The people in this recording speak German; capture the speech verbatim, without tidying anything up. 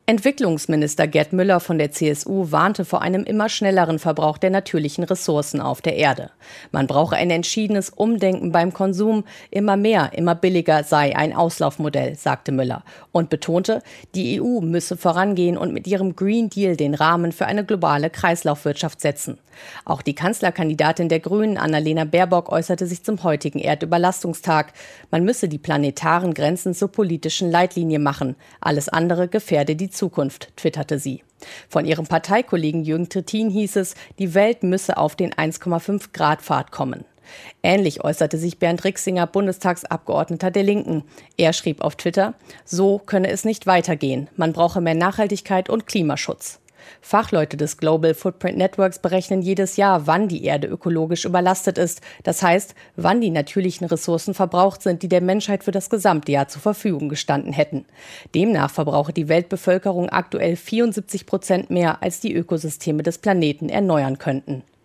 Entwicklungsminister Gerd Müller von der C S U warnte vor einem immer schnelleren Verbrauch der natürlichen Ressourcen auf der Erde. Man brauche ein entschiedenes Umdenken beim Konsum. Immer mehr, immer billiger sei ein Auslaufmodell, sagte Müller und betonte, die E U müsse vorangehen und mit ihrem Green Deal den Rahmen für eine globale Kreislaufwirtschaft setzen. Auch die Kanzlerkandidatin der Grünen, Annalena Baerbock, äußerte sich zum heutigen Erdüberlastungstag. Man müsse die planetaren Grenzen zur politischen Leitlinie machen. Alles andere gefährde die Zukunft, twitterte sie. Von ihrem Parteikollegen Jürgen Trittin hieß es, die Welt müsse auf den eins Komma fünf Grad Pfad kommen. Ähnlich äußerte sich Bernd Rixinger, Bundestagsabgeordneter der Linken. Er schrieb auf Twitter, so könne es nicht weitergehen. Man brauche mehr Nachhaltigkeit und Klimaschutz. Fachleute des Global Footprint Networks berechnen jedes Jahr, wann die Erde ökologisch überlastet ist. Das heißt, wann die natürlichen Ressourcen verbraucht sind, die der Menschheit für das gesamte Jahr zur Verfügung gestanden hätten. Demnach verbrauche die Weltbevölkerung aktuell vierundsiebzig Prozent mehr, als die Ökosysteme des Planeten erneuern könnten.